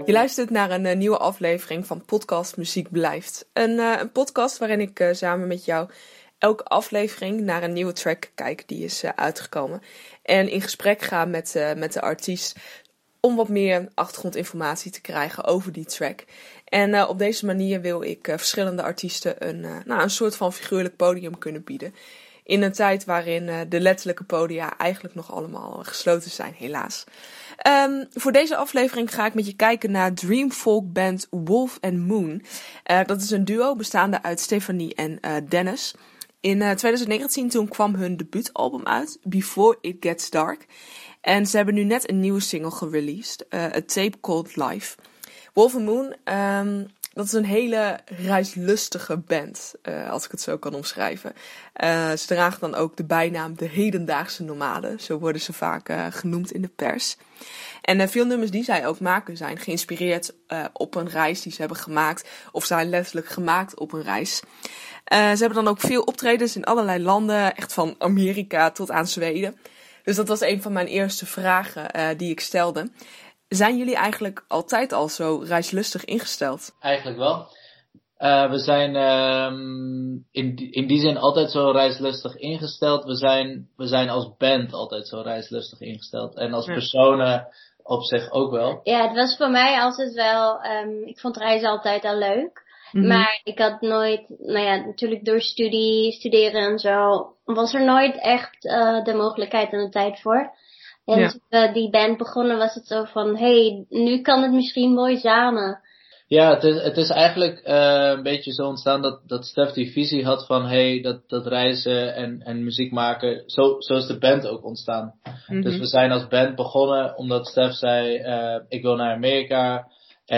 Je luistert naar een nieuwe aflevering van podcast Muziek Blijft. Een podcast waarin ik samen met jou elke aflevering naar een nieuwe track kijk die is uitgekomen. En in gesprek ga met de artiest om wat meer achtergrondinformatie te krijgen over die track. En op deze manier wil ik verschillende artiesten een soort van figuurlijk podium kunnen bieden. In een tijd waarin de letterlijke podia eigenlijk nog allemaal gesloten zijn, helaas. Voor deze aflevering ga ik met je kijken naar dreamfolk band Wolf and Moon. Dat is een duo bestaande uit Stefanie en Dennis. In 2019 toen kwam hun debuutalbum uit, Before It Gets Dark. En ze hebben nu net een nieuwe single gereleased, A Tape Called Life. Wolf and Moon, dat is een hele reislustige band, als ik het zo kan omschrijven. Ze dragen dan ook de bijnaam de hedendaagse nomaden. Zo worden ze vaak genoemd in de pers. En veel nummers die zij ook maken zijn geïnspireerd op een reis die ze hebben gemaakt. Of zijn letterlijk gemaakt op een reis. Ze hebben dan ook veel optredens in allerlei landen. Echt van Amerika tot aan Zweden. Dus dat was een van mijn eerste vragen die ik stelde. Zijn jullie eigenlijk altijd al zo reislustig ingesteld? Eigenlijk wel. We zijn in die zin altijd zo reislustig ingesteld. We zijn als band altijd zo reislustig ingesteld. En als personen op zich ook wel. Ja, het was voor mij altijd wel... ik vond reizen altijd al leuk. Mm-hmm. Maar ik had nooit... natuurlijk door studeren en zo... was er nooit echt de mogelijkheid en de tijd voor. En toen we die band begonnen was het zo van... hey, nu kan het misschien mooi samen. Ja, het is eigenlijk een beetje zo ontstaan dat Stef die visie had van... hey, dat reizen en muziek maken... Zo is de band ook ontstaan. Mm-hmm. Dus we zijn als band begonnen omdat Stef zei... ik wil naar Amerika.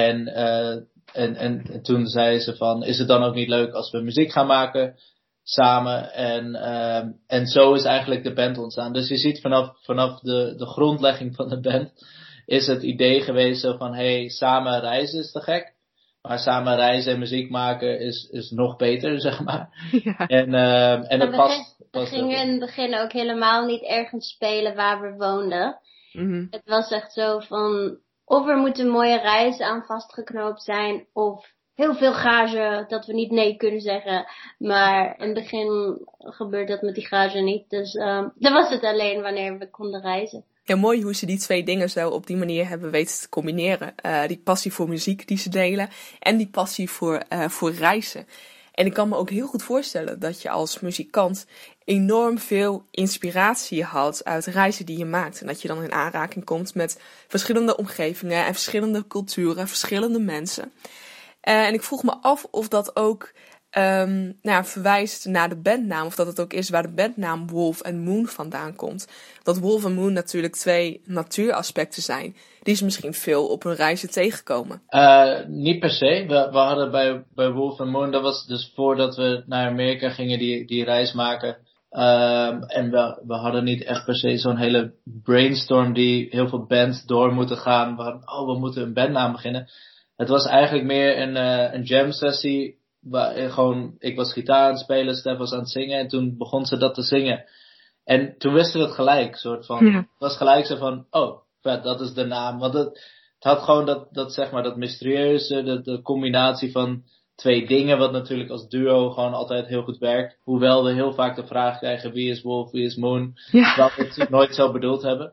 En toen zei ze van... is het dan ook niet leuk als we muziek gaan maken... samen en zo is eigenlijk de band ontstaan. Dus je ziet vanaf de grondlegging van de band is het idee geweest zo van hey, samen reizen is te gek. Maar samen reizen en muziek maken is nog beter, zeg maar. Ja. En het past. We gingen in het begin ook helemaal niet ergens spelen waar we woonden. Mm-hmm. Het was echt zo van of er moeten mooie reizen aan vastgeknoopt zijn of heel veel gage, dat we niet nee kunnen zeggen. Maar in het begin gebeurt dat met die gage niet. Dus dan was het alleen wanneer we konden reizen. Ja, mooi hoe ze die twee dingen zo op die manier hebben weten te combineren. Die passie voor muziek die ze delen en die passie voor reizen. En ik kan me ook heel goed voorstellen dat je als muzikant enorm veel inspiratie haalt uit reizen die je maakt. En dat je dan in aanraking komt met verschillende omgevingen en verschillende culturen, verschillende mensen. En ik vroeg me af of dat ook verwijst naar de bandnaam. Of dat het ook is waar de bandnaam Wolf and Moon vandaan komt. Dat Wolf and Moon natuurlijk twee natuuraspecten zijn. Die ze misschien veel op hun reizen tegenkomen. Niet per se. We hadden bij Wolf and Moon, dat was dus voordat we naar Amerika gingen die reis maken. En we hadden niet echt per se zo'n hele brainstorm die heel veel bands door moeten gaan. We moeten een bandnaam beginnen. Het was eigenlijk meer een jam sessie. Ik was gitaar aan het spelen, Stef was aan het zingen. En toen begon ze dat te zingen. En toen wisten we het gelijk, soort van. Ja. Het was gelijk zo van, oh, vet, dat is de naam. Want het had gewoon dat zeg maar, dat mysterieuze, de combinatie van twee dingen, wat natuurlijk als duo gewoon altijd heel goed werkt. Hoewel we heel vaak de vraag krijgen, wie is Wolf, wie is Moon? Ja. Dat we het nooit zo bedoeld hebben.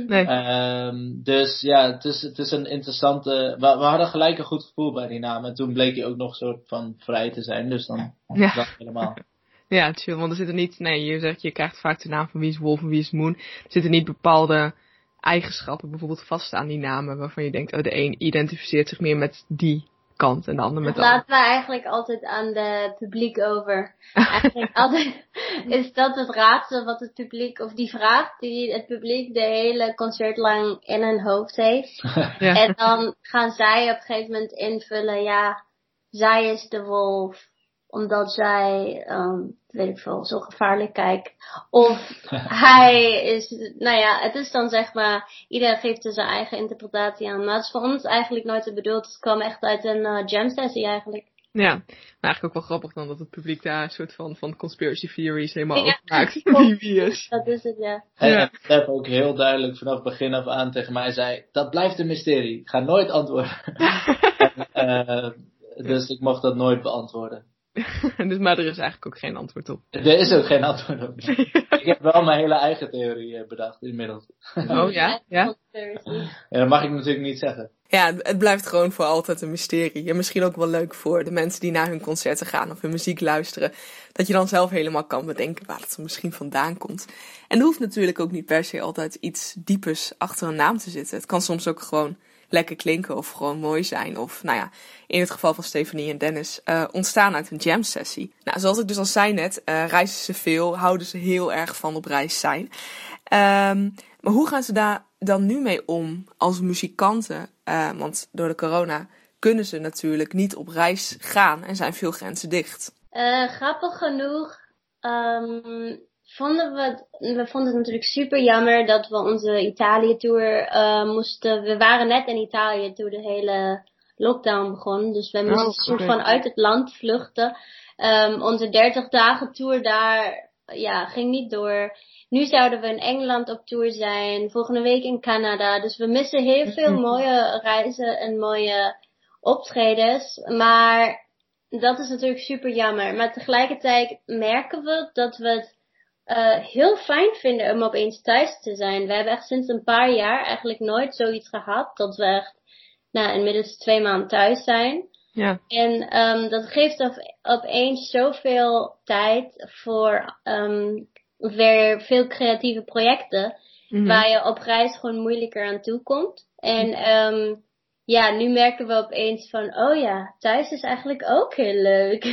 Nee. Dus ja, het is een interessante... We hadden gelijk een goed gevoel bij die naam. En toen bleek hij ook nog een soort van vrij te zijn. Dus dan dat helemaal. Ja, chill. Want er zitten niet... Nee, je zegt, je krijgt vaak de naam van wie is Wolf en wie is Moon. Er zitten niet bepaalde eigenschappen bijvoorbeeld vast aan die namen. Waarvan je denkt, de een identificeert zich meer met die kant en de ander met de ander. Laten we eigenlijk altijd aan de publiek over. Eigenlijk altijd is dat het raadsel wat het publiek, of die vraag die het publiek de hele concert lang in hun hoofd heeft. Ja. En dan gaan zij op een gegeven moment invullen, ja, zij is de wolf. Omdat zij, weet ik veel, zo gevaarlijk kijkt. Of hij is, het is dan zeg maar, iedereen geeft er zijn eigen interpretatie aan. Maar het is voor ons eigenlijk nooit bedoeld. Het kwam echt uit een jam sessie eigenlijk. Ja, maar eigenlijk ook wel grappig dan dat het publiek daar een soort van conspiracy theories helemaal Ja, opmaakt. Wie is. dat is het, ja. En Stef ook heel duidelijk vanaf begin af aan tegen mij zei, dat blijft een mysterie. Ik ga nooit antwoorden. Dus ik mocht dat nooit beantwoorden. Dus, maar er is eigenlijk ook geen antwoord op. Er is ook geen antwoord op. Ik heb wel mijn hele eigen theorie bedacht inmiddels. Oh ja? Ja? Conspiracy. Ja, dat mag ik natuurlijk niet zeggen. Ja, het blijft gewoon voor altijd een mysterie. En misschien ook wel leuk voor de mensen die naar hun concerten gaan of hun muziek luisteren. Dat je dan zelf helemaal kan bedenken waar het misschien vandaan komt. En er hoeft natuurlijk ook niet per se altijd iets diepers achter een naam te zitten. Het kan soms ook gewoon lekker klinken of gewoon mooi zijn. Of nou ja, in het geval van Stefanie en Dennis, ontstaan uit een jam sessie. Nou, zoals ik dus al zei net, reizen ze veel, houden ze heel erg van op reis zijn. Maar hoe gaan ze daar dan nu mee om als muzikanten? Want door de corona kunnen ze natuurlijk niet op reis gaan en zijn veel grenzen dicht. Grappig genoeg vonden we vonden het natuurlijk super jammer dat we onze Italië-tour moesten. We waren net in Italië toen de hele lockdown begon. Dus we moesten soort van uit het land vluchten. Onze 30 dagen tour daar ging niet door. Nu zouden we in Engeland op tour zijn. Volgende week in Canada. Dus we missen heel veel mooie reizen en mooie optredens. Maar dat is natuurlijk super jammer. Maar tegelijkertijd merken we dat we het heel fijn vinden om opeens thuis te zijn. We hebben echt sinds een paar jaar eigenlijk nooit zoiets gehad. Dat we echt inmiddels 2 maanden thuis zijn. Ja. En dat geeft opeens zoveel tijd voor weer veel creatieve projecten. Waar je op reis gewoon moeilijker aan toe komt. En nu merken we opeens van, oh ja, thuis is eigenlijk ook heel leuk.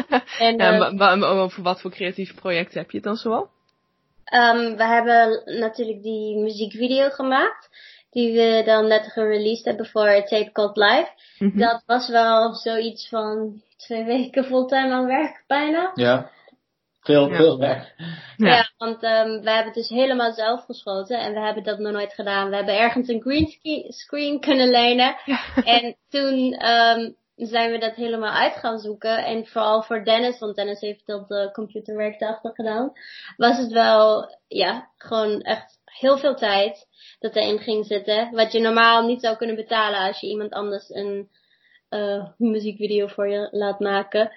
Over wat voor creatieve projecten heb je het dan zoal? We hebben natuurlijk die muziekvideo gemaakt. Die we dan net gereleased hebben voor Tape Called Live. Dat was wel zoiets van 2 weken fulltime aan werk bijna. Ja, veel werk. Ja, want we hebben het dus helemaal zelf geschoten. En we hebben dat nog nooit gedaan. We hebben ergens een green screen kunnen lenen. Ja. En toen zijn we dat helemaal uit gaan zoeken. En vooral voor Dennis, want Dennis heeft dat computerwerk daarachter gedaan. Was het wel, gewoon echt heel veel tijd dat erin ging zitten. Wat je normaal niet zou kunnen betalen als je iemand anders een muziekvideo voor je laat maken.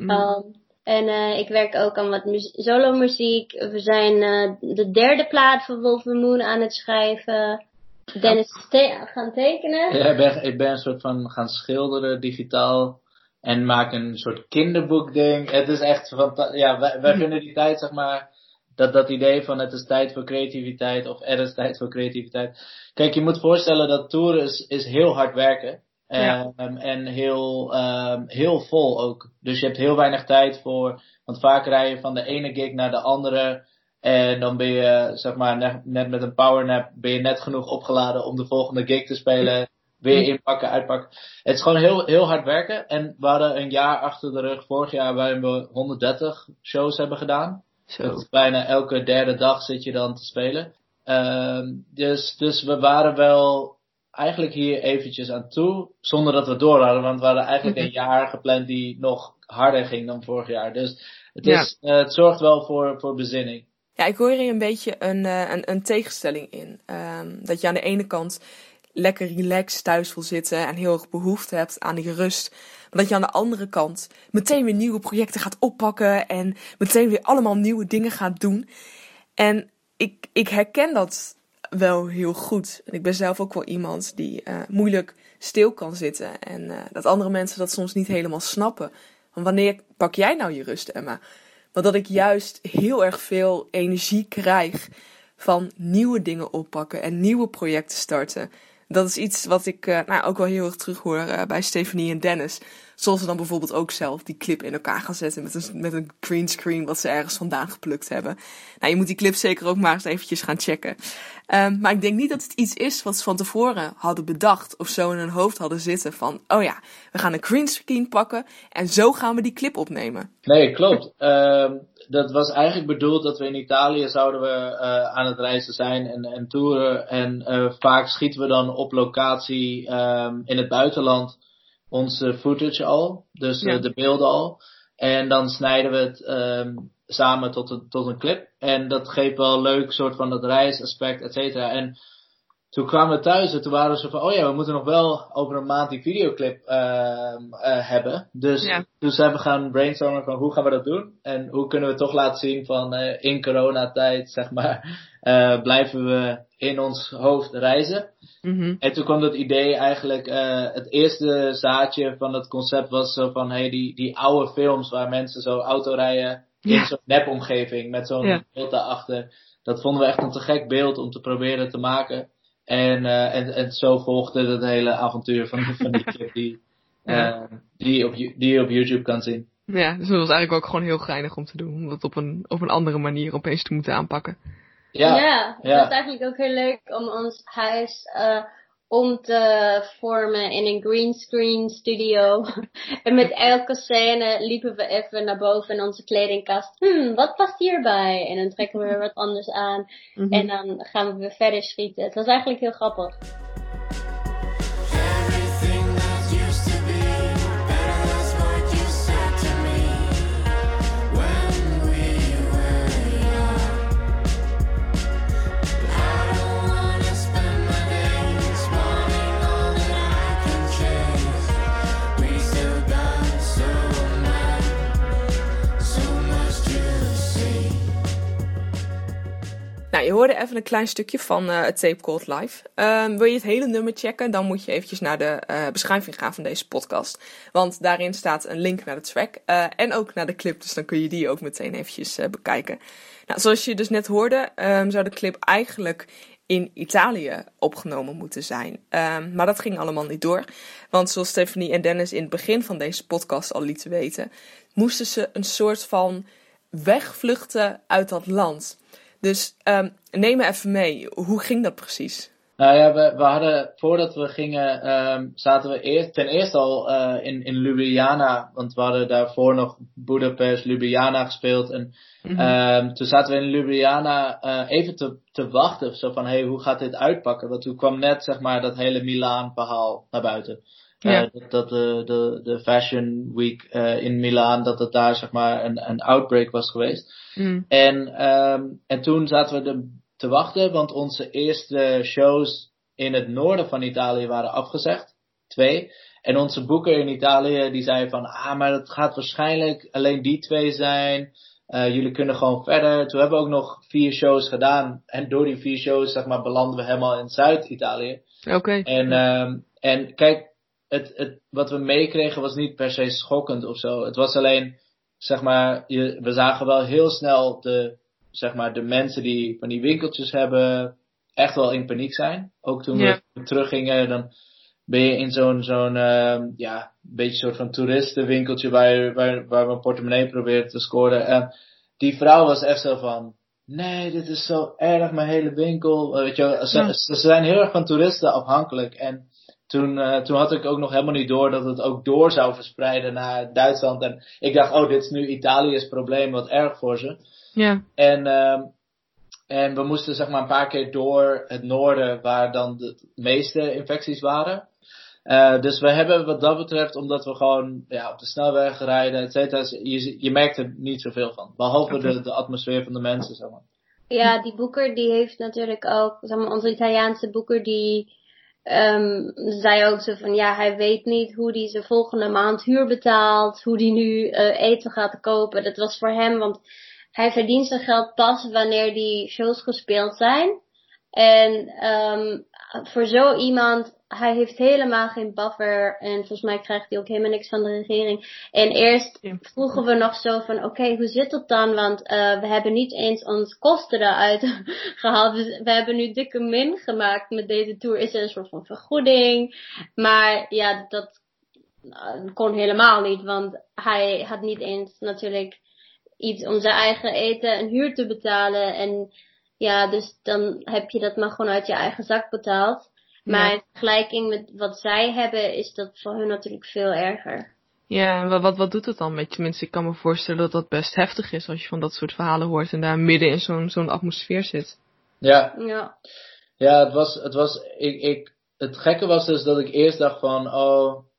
En ik werk ook aan wat solo muziek. We zijn de 3e plaat van Wolf Moon aan het schrijven. Dennis gaan tekenen. Ja, ik ben een soort van gaan schilderen digitaal. En maak een soort kinderboekding. Het is echt wij vinden die tijd, zeg maar, dat idee van het is tijd voor creativiteit of er is tijd voor creativiteit. Kijk, je moet voorstellen dat toeren is heel hard werken. En heel vol ook. Dus je hebt heel weinig tijd voor, want vaak rij je van de ene gig naar de andere. En dan ben je, zeg maar, net met een powernap ben je net genoeg opgeladen om de volgende gig te spelen. Weer inpakken, uitpakken. Het is gewoon heel, heel hard werken. En we hadden een jaar achter de rug, vorig jaar, waarin we 130 shows hebben gedaan. Dat is bijna elke 3e dag zit je dan te spelen. Dus we waren wel eigenlijk hier eventjes aan toe, zonder dat we door hadden. Want we hadden eigenlijk een jaar gepland die nog harder ging dan vorig jaar. Dus het zorgt wel voor bezinning. Ja, ik hoor hier een beetje een tegenstelling in. Dat je aan de ene kant lekker relaxed thuis wil zitten en heel erg behoefte hebt aan die rust. Maar dat je aan de andere kant meteen weer nieuwe projecten gaat oppakken en meteen weer allemaal nieuwe dingen gaat doen. En ik herken dat wel heel goed. En ik ben zelf ook wel iemand die moeilijk stil kan zitten. En dat andere mensen dat soms niet helemaal snappen. Want wanneer pak jij nou je rust, Emma? Want dat ik juist heel erg veel energie krijg van nieuwe dingen oppakken en nieuwe projecten starten. Dat is iets wat ik ook wel heel erg terug hoor bij Stefanie en Dennis. Zoals ze dan bijvoorbeeld ook zelf die clip in elkaar gaan zetten met een green screen wat ze ergens vandaan geplukt hebben. Nou, je moet die clip zeker ook maar eens eventjes gaan checken. Maar ik denk niet dat het iets is wat ze van tevoren hadden bedacht of zo in hun hoofd hadden zitten van, oh ja, we gaan een green screen pakken en zo gaan we die clip opnemen. Nee, klopt. Dat was eigenlijk bedoeld dat we in Italië zouden we aan het reizen zijn en toeren. En vaak schieten we dan op locatie in het buitenland. onze footage al. Dus de beelden al. En dan snijden we het samen tot een clip. En dat geeft wel een leuk soort van dat reisaspect, et cetera. En toen kwamen we thuis en toen waren we zo van, we moeten nog wel over een maand die videoclip hebben. Dus toen zijn we gaan brainstormen van hoe gaan we dat doen? En hoe kunnen we toch laten zien van in coronatijd, zeg maar, blijven we in ons hoofd reizen. Mm-hmm. En toen kwam dat idee eigenlijk, het eerste zaadje van dat concept was zo van, die oude films waar mensen zo autorijden in zo'n nepomgeving met zo'n beeld daarachter. Dat vonden we echt een te gek beeld om te proberen te maken. En zo volgde het hele avontuur van die clip die je op YouTube kan zien. Ja, dus dat was eigenlijk ook gewoon heel geinig om te doen. Om dat op een andere manier opeens te moeten aanpakken. Ja, het was eigenlijk ook heel leuk om ons huis om te vormen in een greenscreen studio. En met elke scène liepen we even naar boven in onze kledingkast. Wat past hierbij? En dan trekken we weer wat anders aan. Mm-hmm. En dan gaan we weer verder schieten. Het was eigenlijk heel grappig. Nou, je hoorde even een klein stukje van het Tape Called Live. Wil je het hele nummer checken, dan moet je eventjes naar de beschrijving gaan van deze podcast. Want daarin staat een link naar de track en ook naar de clip, dus dan kun je die ook meteen eventjes bekijken. Nou, zoals je dus net hoorde, zou de clip eigenlijk in Italië opgenomen moeten zijn. Maar dat ging allemaal niet door. Want zoals Stephanie en Dennis in het begin van deze podcast al lieten weten, moesten ze een soort van wegvluchten uit dat land. Dus neem me even mee. Hoe ging dat precies? Nou ja, we hadden, voordat we gingen, zaten we ten eerste al in Ljubljana. Want we hadden daarvoor nog Budapest, Ljubljana gespeeld. En toen zaten we in Ljubljana even te wachten. Zo van, hoe gaat dit uitpakken? Want toen kwam net, zeg maar, dat hele Milaan verhaal naar buiten. Dat de Fashion Week in Milaan, dat het daar, zeg maar, een outbreak was geweest. En toen zaten we te wachten, want onze eerste shows in het noorden van Italië waren afgezegd. 2. En onze boeker in Italië, die zei van, maar het gaat waarschijnlijk alleen die 2 zijn. Jullie kunnen gewoon verder. Toen hebben we ook nog 4 shows gedaan. En door die 4 shows, zeg maar, belanden we helemaal in Zuid-Italië. Oké. En kijk, wat we meekregen was niet per se schokkend of zo. Het was alleen, zeg maar, we zagen wel heel snel de mensen die van die winkeltjes hebben echt wel in paniek zijn. Ook toen we teruggingen, dan ben je in zo'n beetje soort van toeristenwinkeltje waar we een portemonnee proberen te scoren. En die vrouw was echt zo van, nee, dit is zo erg, mijn hele winkel. Weet je, ze zijn heel erg van toeristen afhankelijk. En toen had ik ook nog helemaal niet door dat het ook door zou verspreiden naar Duitsland. En ik dacht, dit is nu Italië's probleem, wat erg voor ze. Ja. En we moesten, zeg maar, een paar keer door het noorden waar dan de meeste infecties waren. Dus we hebben wat dat betreft, omdat we gewoon op de snelweg rijden, et cetera, je merkt er niet zoveel van. Behalve de atmosfeer van de mensen, zeg maar. Ja, die boeker die heeft natuurlijk ook, zeg maar, onze Italiaanse boeker die zei ook zo van, hij weet niet hoe hij zijn volgende maand huur betaalt, hoe hij nu eten gaat kopen. Dat was voor hem, want hij verdient zijn geld pas wanneer die shows gespeeld zijn. En voor zo iemand, hij heeft helemaal geen buffer. En volgens mij krijgt hij ook helemaal niks van de regering. En eerst vroegen we nog zo van, oké, hoe zit dat dan? Want we hebben niet eens onze kosten eruit gehaald. We hebben nu dikke min gemaakt met deze tour. Is er een soort van vergoeding? Maar ja, dat kon helemaal niet. Want hij had niet eens natuurlijk iets om zijn eigen eten en huur te betalen. En ja, dus dan heb je dat maar gewoon uit je eigen zak betaald. Maar in vergelijking met wat zij hebben, is dat voor hun natuurlijk veel erger. Ja, en wat doet het dan met je? Tenminste, ik kan me voorstellen dat dat best heftig is als je van dat soort verhalen hoort en daar midden in zo'n atmosfeer zit. Ja, het gekke was dus dat ik eerst dacht van,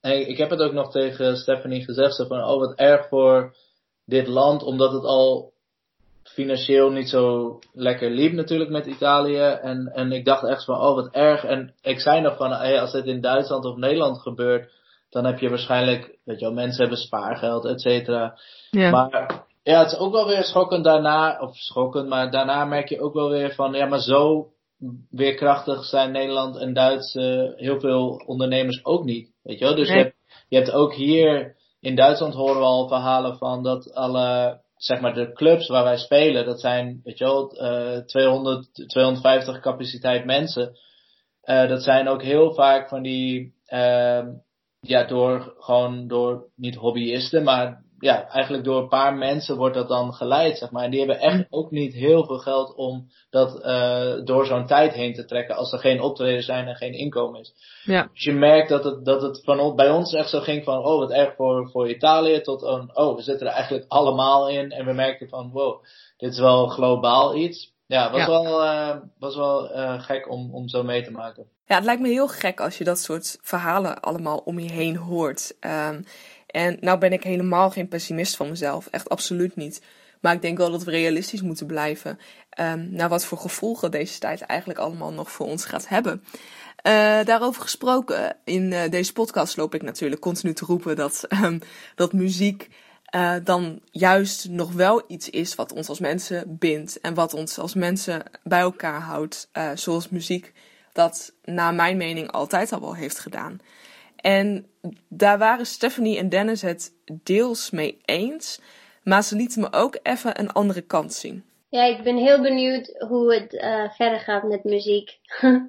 en ik heb het ook nog tegen Stephanie gezegd, zo van, oh wat erg voor dit land, omdat het al financieel niet zo lekker liep natuurlijk met Italië. En ik dacht echt van, oh wat erg. En ik zei nog van, hey, als dit in Duitsland of Nederland gebeurt, dan heb je waarschijnlijk, weet je wel, mensen hebben spaargeld, et cetera. Ja. Maar ja, het is ook wel weer schokkend daarna, of schokkend, maar daarna merk je ook wel weer van, ja, maar zo weerkrachtig zijn Nederland en Duits heel veel ondernemers ook niet. Weet je wel? Dus Nee. je hebt ook hier in Duitsland horen we al verhalen van dat alle, zeg maar, de clubs waar wij spelen, dat zijn, weet je wel, 200, 250 capaciteit mensen. Dat zijn ook heel vaak van die, ja, door niet hobbyisten, maar ja, eigenlijk door een paar mensen wordt dat dan geleid, zeg maar. En die hebben echt ook niet heel veel geld om dat door zo'n tijd heen te trekken als er geen optreden zijn en geen inkomen is. Ja. Dus je merkt dat het bij ons echt zo ging van, oh wat erg voor Italië, tot oh we zitten er eigenlijk allemaal in. En we merkten van, wow, dit is wel globaal iets. Ja, was wel gek om zo mee te maken. Ja, het lijkt me heel gek als je dat soort verhalen allemaal om je heen hoort. En nou ben ik helemaal geen pessimist van mezelf. Echt absoluut niet. Maar ik denk wel dat we realistisch moeten blijven. Naar wat voor gevolgen deze tijd eigenlijk allemaal nog voor ons gaat hebben. Daarover gesproken, in deze podcast loop ik natuurlijk continu te roepen dat muziek dan juist nog wel iets is wat ons als mensen bindt. En wat ons als mensen bij elkaar houdt. Zoals muziek dat naar mijn mening altijd al wel heeft gedaan. En daar waren Stephanie en Dennis het deels mee eens. Maar ze lieten me ook even een andere kant zien. Ja, ik ben heel benieuwd hoe het verder gaat met muziek.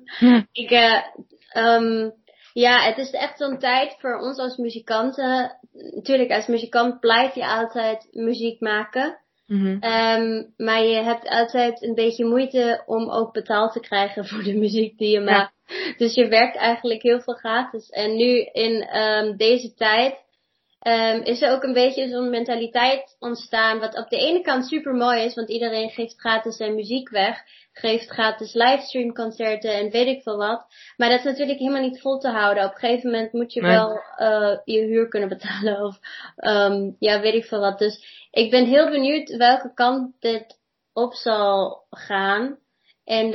Ja, het is echt zo'n tijd voor ons als muzikanten. Natuurlijk, als muzikant blijf je altijd muziek maken. Mm-hmm. Maar je hebt altijd een beetje moeite om ook betaald te krijgen voor de muziek die je maakt. Dus je werkt eigenlijk heel veel gratis. En nu in deze tijd is er ook een beetje zo'n mentaliteit ontstaan, wat op de ene kant super mooi is, want iedereen geeft gratis zijn muziek weg, geeft gratis livestreamconcerten en weet ik veel wat. Maar dat is natuurlijk helemaal niet vol te houden. Op een gegeven moment moet je wel je huur kunnen betalen of ja, weet ik veel wat. Dus ik ben heel benieuwd welke kant dit op zal gaan. En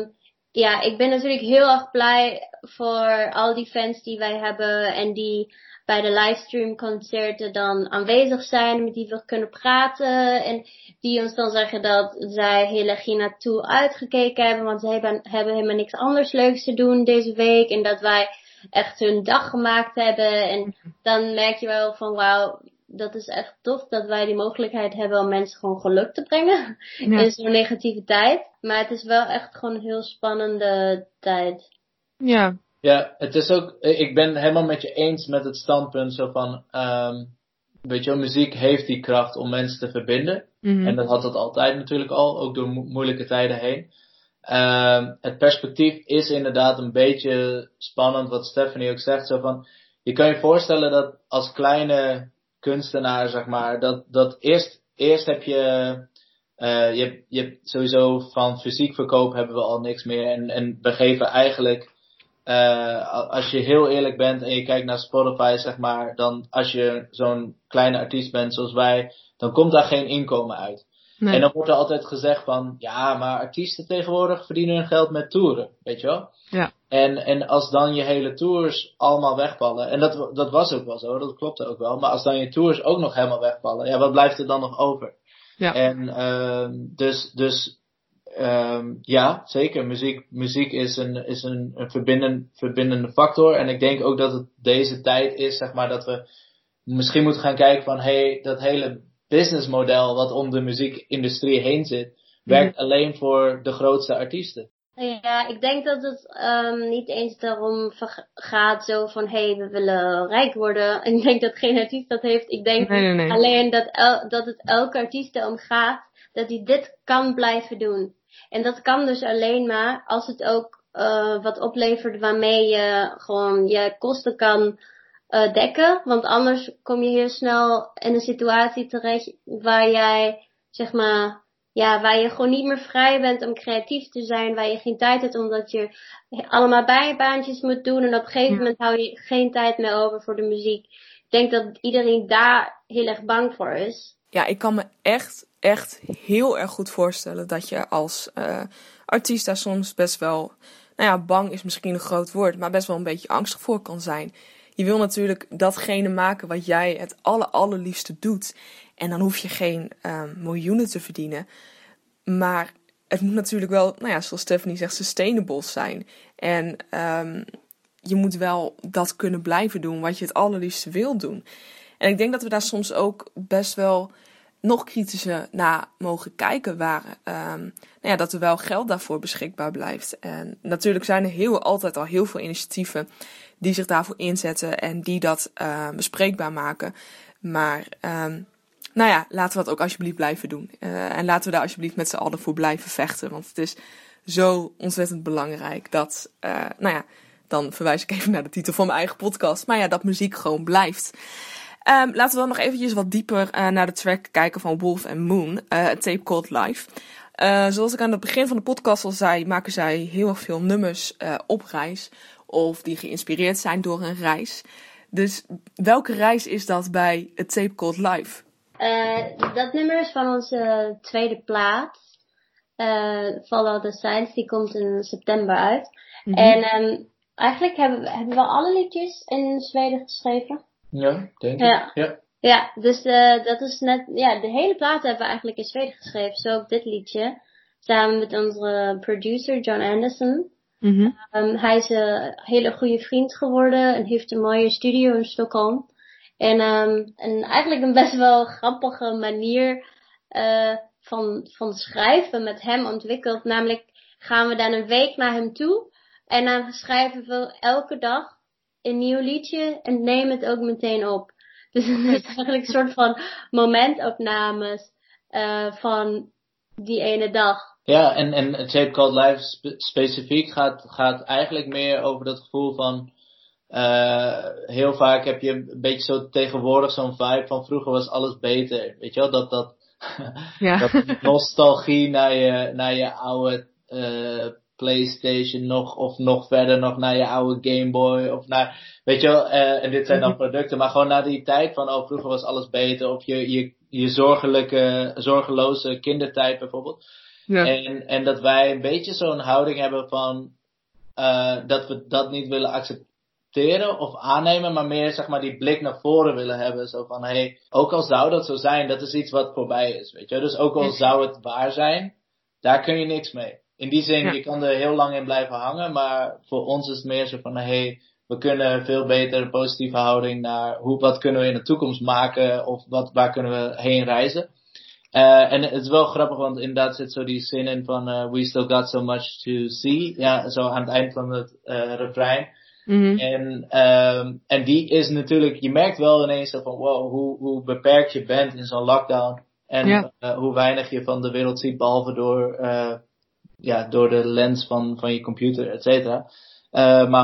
ja, ik ben natuurlijk heel erg blij voor al die fans die wij hebben en die bij de livestreamconcerten dan aanwezig zijn, met die we kunnen praten en die ons dan zeggen dat zij heel erg hier naartoe uitgekeken hebben, want ze hebben helemaal niks anders leuks te doen deze week en dat wij echt hun dag gemaakt hebben en dan merk je wel van wauw, dat is echt tof dat wij die mogelijkheid hebben om mensen gewoon geluk te brengen in zo'n negative tijd. Maar het is wel echt gewoon een heel spannende tijd. Ja. Ja, het is ook, ik ben helemaal met je eens met het standpunt zo van, weet je wel, muziek heeft die kracht om mensen te verbinden. Mm-hmm. En dat had het altijd natuurlijk al, ook door moeilijke tijden heen. Het perspectief is inderdaad een beetje spannend, wat Stephanie ook zegt, zo van, je kan je voorstellen dat als kleine kunstenaar, zeg maar, dat eerst heb je hebt sowieso van fysiek verkoop hebben we al niks meer en we geven eigenlijk, als je heel eerlijk bent en je kijkt naar Spotify, zeg maar, dan als je zo'n kleine artiest bent zoals wij, dan komt daar geen inkomen uit. Nee. En dan wordt er altijd gezegd van, ja, maar artiesten tegenwoordig verdienen hun geld met toeren, weet je wel? Ja. En als dan je hele tours allemaal wegvallen, en dat was ook wel zo, dat klopte ook wel, maar als dan je tours ook nog helemaal wegvallen, ja, wat blijft er dan nog over? Ja. En ja, zeker. Muziek is een verbindende factor. En ik denk ook dat het deze tijd is, zeg maar, dat we misschien moeten gaan kijken van, hey, dat hele businessmodel wat om de muziekindustrie heen zit, werkt alleen voor de grootste artiesten. Ja, ik denk dat het niet eens daarom gaat zo van, hey, we willen rijk worden. Ik denk dat geen artiest dat heeft. Ik denk alleen dat het elke artiest erom gaat dat hij dit kan blijven doen. En dat kan dus alleen maar als het ook wat oplevert waarmee je gewoon je kosten kan dekken. Want anders kom je heel snel in een situatie terecht waar jij, zeg maar, waar je gewoon niet meer vrij bent om creatief te zijn, waar je geen tijd hebt omdat je allemaal bijbaantjes moet doen en op een gegeven moment hou je geen tijd meer over voor de muziek. Ik denk dat iedereen daar heel erg bang voor is. Ja, ik kan me echt heel erg goed voorstellen dat je als artiest daar soms best wel, bang is misschien een groot woord, maar best wel een beetje angstig voor kan zijn. Je wil natuurlijk datgene maken wat jij het allerliefste doet. En dan hoef je geen miljoenen te verdienen. Maar het moet natuurlijk wel, zoals Stephanie zegt, sustainable zijn. En je moet wel dat kunnen blijven doen wat je het allerliefste wil doen. En ik denk dat we daar soms ook best wel nog kritischer naar mogen kijken, waar dat er wel geld daarvoor beschikbaar blijft. En natuurlijk zijn er altijd al heel veel initiatieven die zich daarvoor inzetten en die dat bespreekbaar maken. Maar laten we dat ook alsjeblieft blijven doen. En laten we daar alsjeblieft met z'n allen voor blijven vechten. Want het is zo ontzettend belangrijk dat, dan verwijs ik even naar de titel van mijn eigen podcast. Maar dat muziek gewoon blijft. Laten we dan nog eventjes wat dieper naar de track kijken van Wolf and Moon, A Tape Called Life. Zoals ik aan het begin van de podcast al zei, maken zij heel erg veel nummers op reis. Of die geïnspireerd zijn door een reis. Dus welke reis is dat bij A Tape Called Life? Dat nummer is van onze tweede plaat. Follow the Signs, die komt in september uit. Mm-hmm. En eigenlijk hebben we alle liedjes in Zweden geschreven. Ja, denk ik. Ja, dus dat is net, de hele plaat hebben we eigenlijk in Zweden geschreven. Zo ook dit liedje. Samen met onze producer John Anderson. Mm-hmm. Hij is een hele goede vriend geworden en heeft een mooie studio in Stockholm. En eigenlijk een best wel grappige manier van schrijven met hem ontwikkeld. Namelijk gaan we dan een week naar hem toe en dan schrijven we elke dag een nieuw liedje en nemen het ook meteen op. Dus het is eigenlijk een soort van momentopnames van die ene dag. Ja, en A Tape Called Life specifiek gaat eigenlijk meer over dat gevoel van heel vaak heb je een beetje zo tegenwoordig zo'n vibe van vroeger was alles beter. Weet je wel, dat nostalgie naar je oude PlayStation nog verder nog naar je oude Game Boy of naar, weet je wel, en dit zijn dan producten, maar gewoon naar die tijd van vroeger was alles beter of je zorgeloze kindertijd bijvoorbeeld. Ja. En dat wij een beetje zo'n houding hebben van dat we dat niet willen accepteren of aannemen, maar meer zeg maar die blik naar voren willen hebben. Zo van, ook al zou dat zo zijn, dat is iets wat voorbij is, weet je. Dus ook al zou het waar zijn, daar kun je niks mee. In die zin, je kan er heel lang in blijven hangen, maar voor ons is het meer zo van, we kunnen veel beter een positieve houding naar wat kunnen we in de toekomst maken of waar kunnen we heen reizen. En het is wel grappig, want inderdaad zit zo die zin in van we still got so much to see. Ja, zo aan het eind van het refrein. Mm-hmm. En die is natuurlijk, je merkt wel ineens van wow, hoe beperkt je bent in zo'n lockdown. En hoe weinig je van de wereld ziet, behalve door de lens van je computer, et cetera. Maar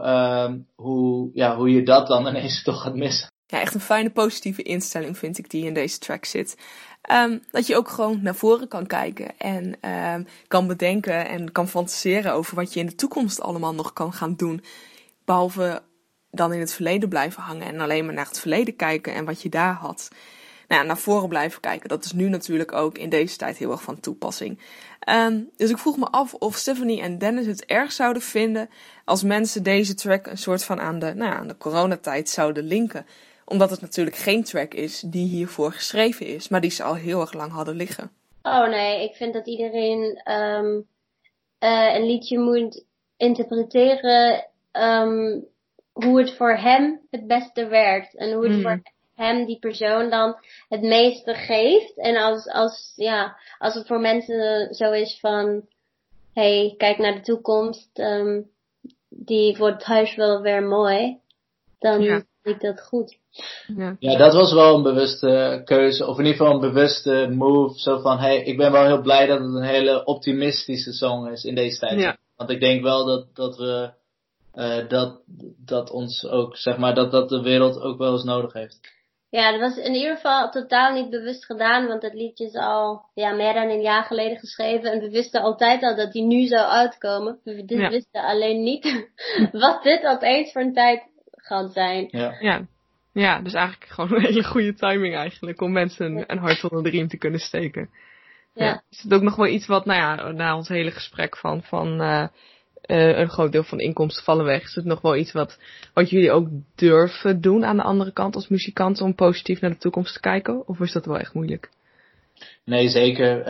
hoe je dat dan ineens toch gaat missen. Ja, echt een fijne positieve instelling vind ik die in deze track zit. Dat je ook gewoon naar voren kan kijken en kan bedenken en kan fantaseren over wat je in de toekomst allemaal nog kan gaan doen. Behalve dan in het verleden blijven hangen en alleen maar naar het verleden kijken en wat je daar had. Naar voren blijven kijken, dat is nu natuurlijk ook in deze tijd heel erg van toepassing. Dus ik vroeg me af of Stephanie en Dennis het erg zouden vinden als mensen deze track een soort van aan de coronatijd zouden linken. Omdat het natuurlijk geen track is die hiervoor geschreven is, maar die ze al heel erg lang hadden liggen. Oh nee, ik vind dat iedereen een liedje moet interpreteren hoe het voor hem het beste werkt. En hoe het voor hem, die persoon, dan het meeste geeft. En als het voor mensen zo is van, kijk naar de toekomst, die wordt huis wel weer mooi, dan vind ik dat goed. Ja, dat was wel een bewuste keuze, of in ieder geval een bewuste move, zo van, ik ben wel heel blij dat het een hele optimistische song is in deze tijd. Ja. Want ik denk wel dat we, dat ons ook, zeg maar, dat de wereld ook wel eens nodig heeft. Ja, dat was in ieder geval totaal niet bewust gedaan, want het liedje is al meer dan een jaar geleden geschreven en we wisten altijd al dat die nu zou uitkomen. We wisten alleen niet wat dit opeens voor een tijd gaat zijn. Ja, dus eigenlijk gewoon een hele goede timing eigenlijk om mensen een hart onder de riem te kunnen steken. Ja. Is het ook nog wel iets wat, na ons hele gesprek van een groot deel van de inkomsten vallen weg, is het nog wel iets wat jullie ook durven doen aan de andere kant als muzikanten om positief naar de toekomst te kijken? Of is dat wel echt moeilijk? Nee, zeker.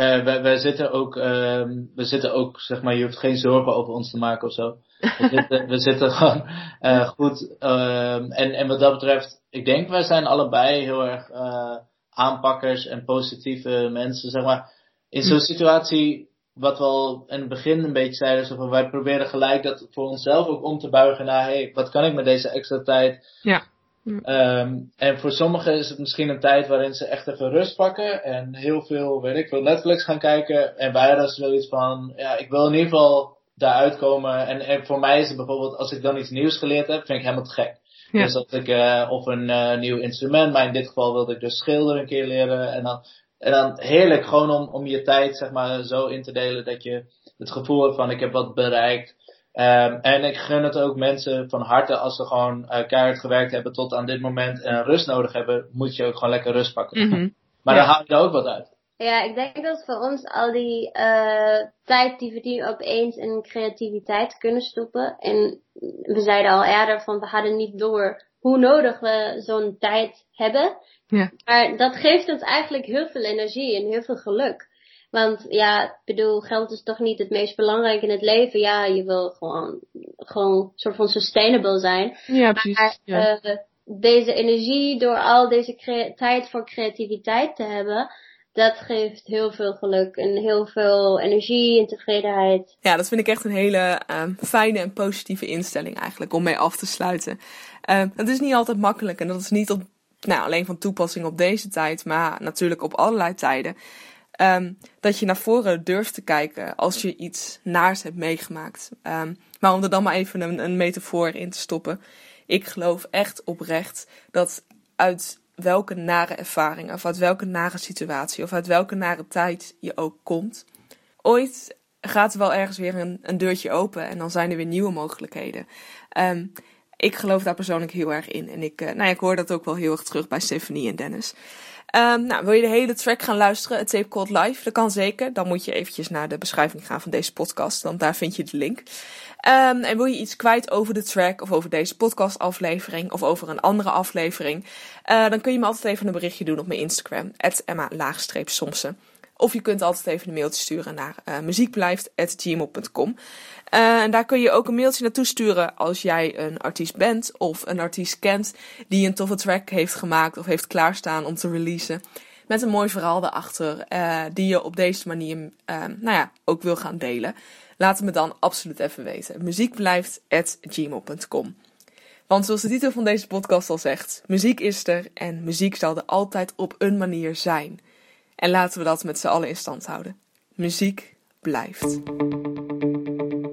We zitten ook, zeg maar, je hoeft geen zorgen over ons te maken of zo. We zitten gewoon goed. En wat dat betreft, ik denk wij zijn allebei heel erg aanpakkers en positieve mensen, zeg maar. In zo'n situatie, wat we al in het begin een beetje zeiden, zo van, wij proberen gelijk dat voor onszelf ook om te buigen naar, wat kan ik met deze extra tijd? Ja. En voor sommigen is het misschien een tijd waarin ze echt even rust pakken en heel veel, Netflix gaan kijken. En wij hadden zoiets van, ik wil in ieder geval daaruit komen. En voor mij is het bijvoorbeeld, als ik dan iets nieuws geleerd heb, vind ik helemaal te gek. Ja. Dus als ik of een nieuw instrument, maar in dit geval wilde ik dus schilderen een keer leren. En dan heerlijk gewoon om je tijd, zeg maar, zo in te delen dat je het gevoel hebt van, ik heb wat bereikt. En ik gun het ook mensen van harte, als ze gewoon keihard gewerkt hebben tot aan dit moment en rust nodig hebben, moet je ook gewoon lekker rust pakken. Mm-hmm. Maar dan haal je er ook wat uit. Ja, ik denk dat voor ons al die tijd die we die opeens in creativiteit kunnen stoppen. En we zeiden al eerder van, we hadden niet door hoe nodig we zo'n tijd hebben. Ja. Maar dat geeft ons eigenlijk heel veel energie en heel veel geluk. Want geld is toch niet het meest belangrijk in het leven. Ja, je wil gewoon soort van sustainable zijn. Ja, precies. Maar deze energie, door al deze tijd voor creativiteit te hebben, dat geeft heel veel geluk en heel veel energie en tevredenheid. Ja, dat vind ik echt een hele fijne en positieve instelling eigenlijk om mee af te sluiten. Het is niet altijd makkelijk en dat is niet alleen van toepassing op deze tijd, maar natuurlijk op allerlei tijden. Dat je naar voren durft te kijken als je iets naars hebt meegemaakt. Maar om er dan maar even een metafoor in te stoppen. Ik geloof echt oprecht dat uit welke nare ervaring of uit welke nare situatie of uit welke nare tijd je ook komt, ooit gaat er wel ergens weer een deurtje open en dan zijn er weer nieuwe mogelijkheden. Ik geloof daar persoonlijk heel erg in en ik hoor dat ook wel heel erg terug bij Stephanie en Dennis. Wil je de hele track gaan luisteren, het Tape Called Live? Dat kan zeker. Dan moet je eventjes naar de beschrijving gaan van deze podcast, want daar vind je de link. En wil je iets kwijt over de track of over deze podcastaflevering of over een andere aflevering, dan kun je me altijd even een berichtje doen op mijn Instagram, @emma_somsen. Of je kunt altijd even een mailtje sturen naar muziekblijft@gmail.com. En daar kun je ook een mailtje naartoe sturen als jij een artiest bent of een artiest kent die een toffe track heeft gemaakt of heeft klaarstaan om te releasen. Met een mooi verhaal daarachter die je op deze manier ook wil gaan delen. Laat het me dan absoluut even weten. Muziekblijft@gmail.com. Want zoals de titel van deze podcast al zegt, muziek is er en muziek zal er altijd op een manier zijn. En laten we dat met z'n allen in stand houden. Muziek blijft.